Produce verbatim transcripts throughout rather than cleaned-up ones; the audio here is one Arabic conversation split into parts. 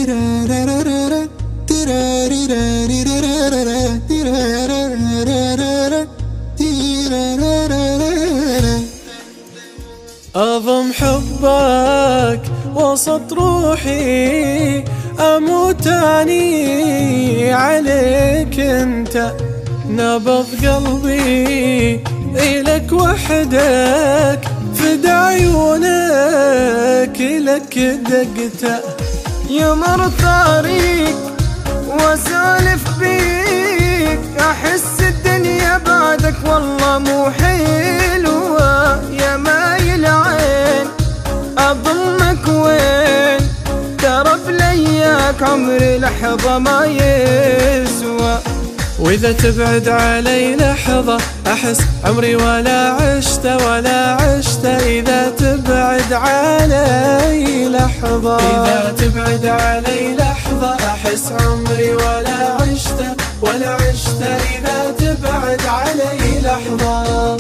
أضم حبك وسط روحي، أموت أني عليك أنت، نبض قلبي إلك وحدك، فدى عيونك لك دقته. يمر طريق واسولف بيك، أحس الدنيا بعدك والله مو حلوة، يا مايل عين أضمك وين، ترى بلياك عمري لحظة ما يسوى. وإذا تبعد علي لحظة أحس عمري ولا عشت ولا عشت، إذا تبعد علي لحظة، إذا تبعد علي لحظة أحس عمري ولا عشت ولا عشت، إذا تبعد علي لحظة.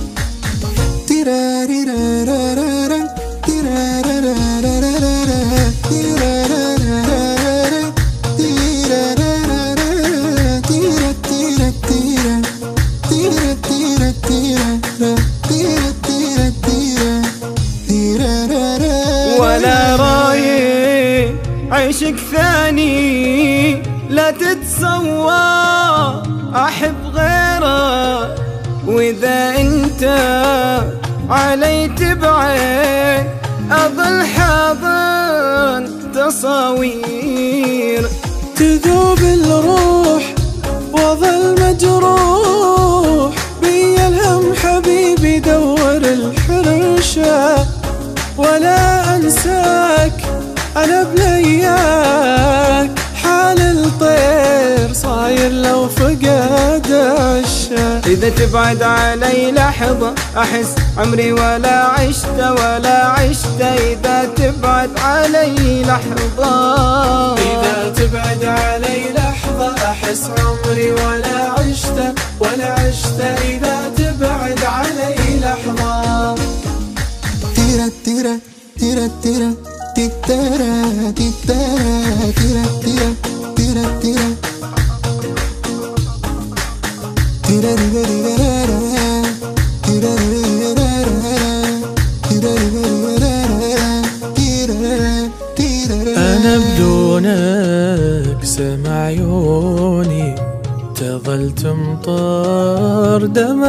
ولا رايي عيشك ثاني، لا تتصور أحب غيره، وإذا أنت علي تبعد أظل حاضن تصاوير. تذوب الروح وظل مجروح، بي الهم حبيبي دور الحرشة، ولا أنساك أنا بلياك، حال الطير صاير لو فقد عشا. إذا تبعد علي لحظة أحس عمري ولا عشت ولا عشت، إذا تبعد علي لحظة، إذا تبعد علي لحظة أحس عمري ولا عشت ولا عشت، إذا تبعد علي لحظة. تيرا تيرا تيرا تيرا تيرا تيرا تيرا تيرا تيرا تيرا أنا بدونك سمع عيوني تظل تمطر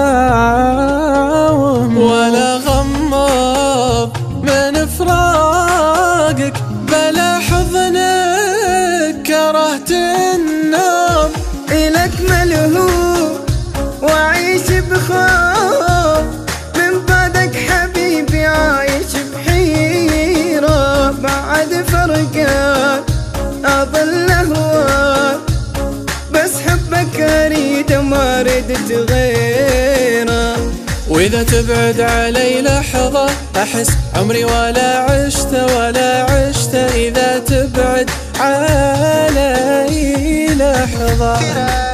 دمعهم، ولا غمض من فراقك بلا حضنك كرهت النوم. إلك ملهوف وعيش بخوف، من بعدك حبيبي عايش بحيرة، بعد فرقك أظل أهواك، بس حبك أريد ما ردت غيره. وإذا تبعد علي لحظة أحس عمري ولا عشت ولا عشت، إذا تبعد علي لحظة.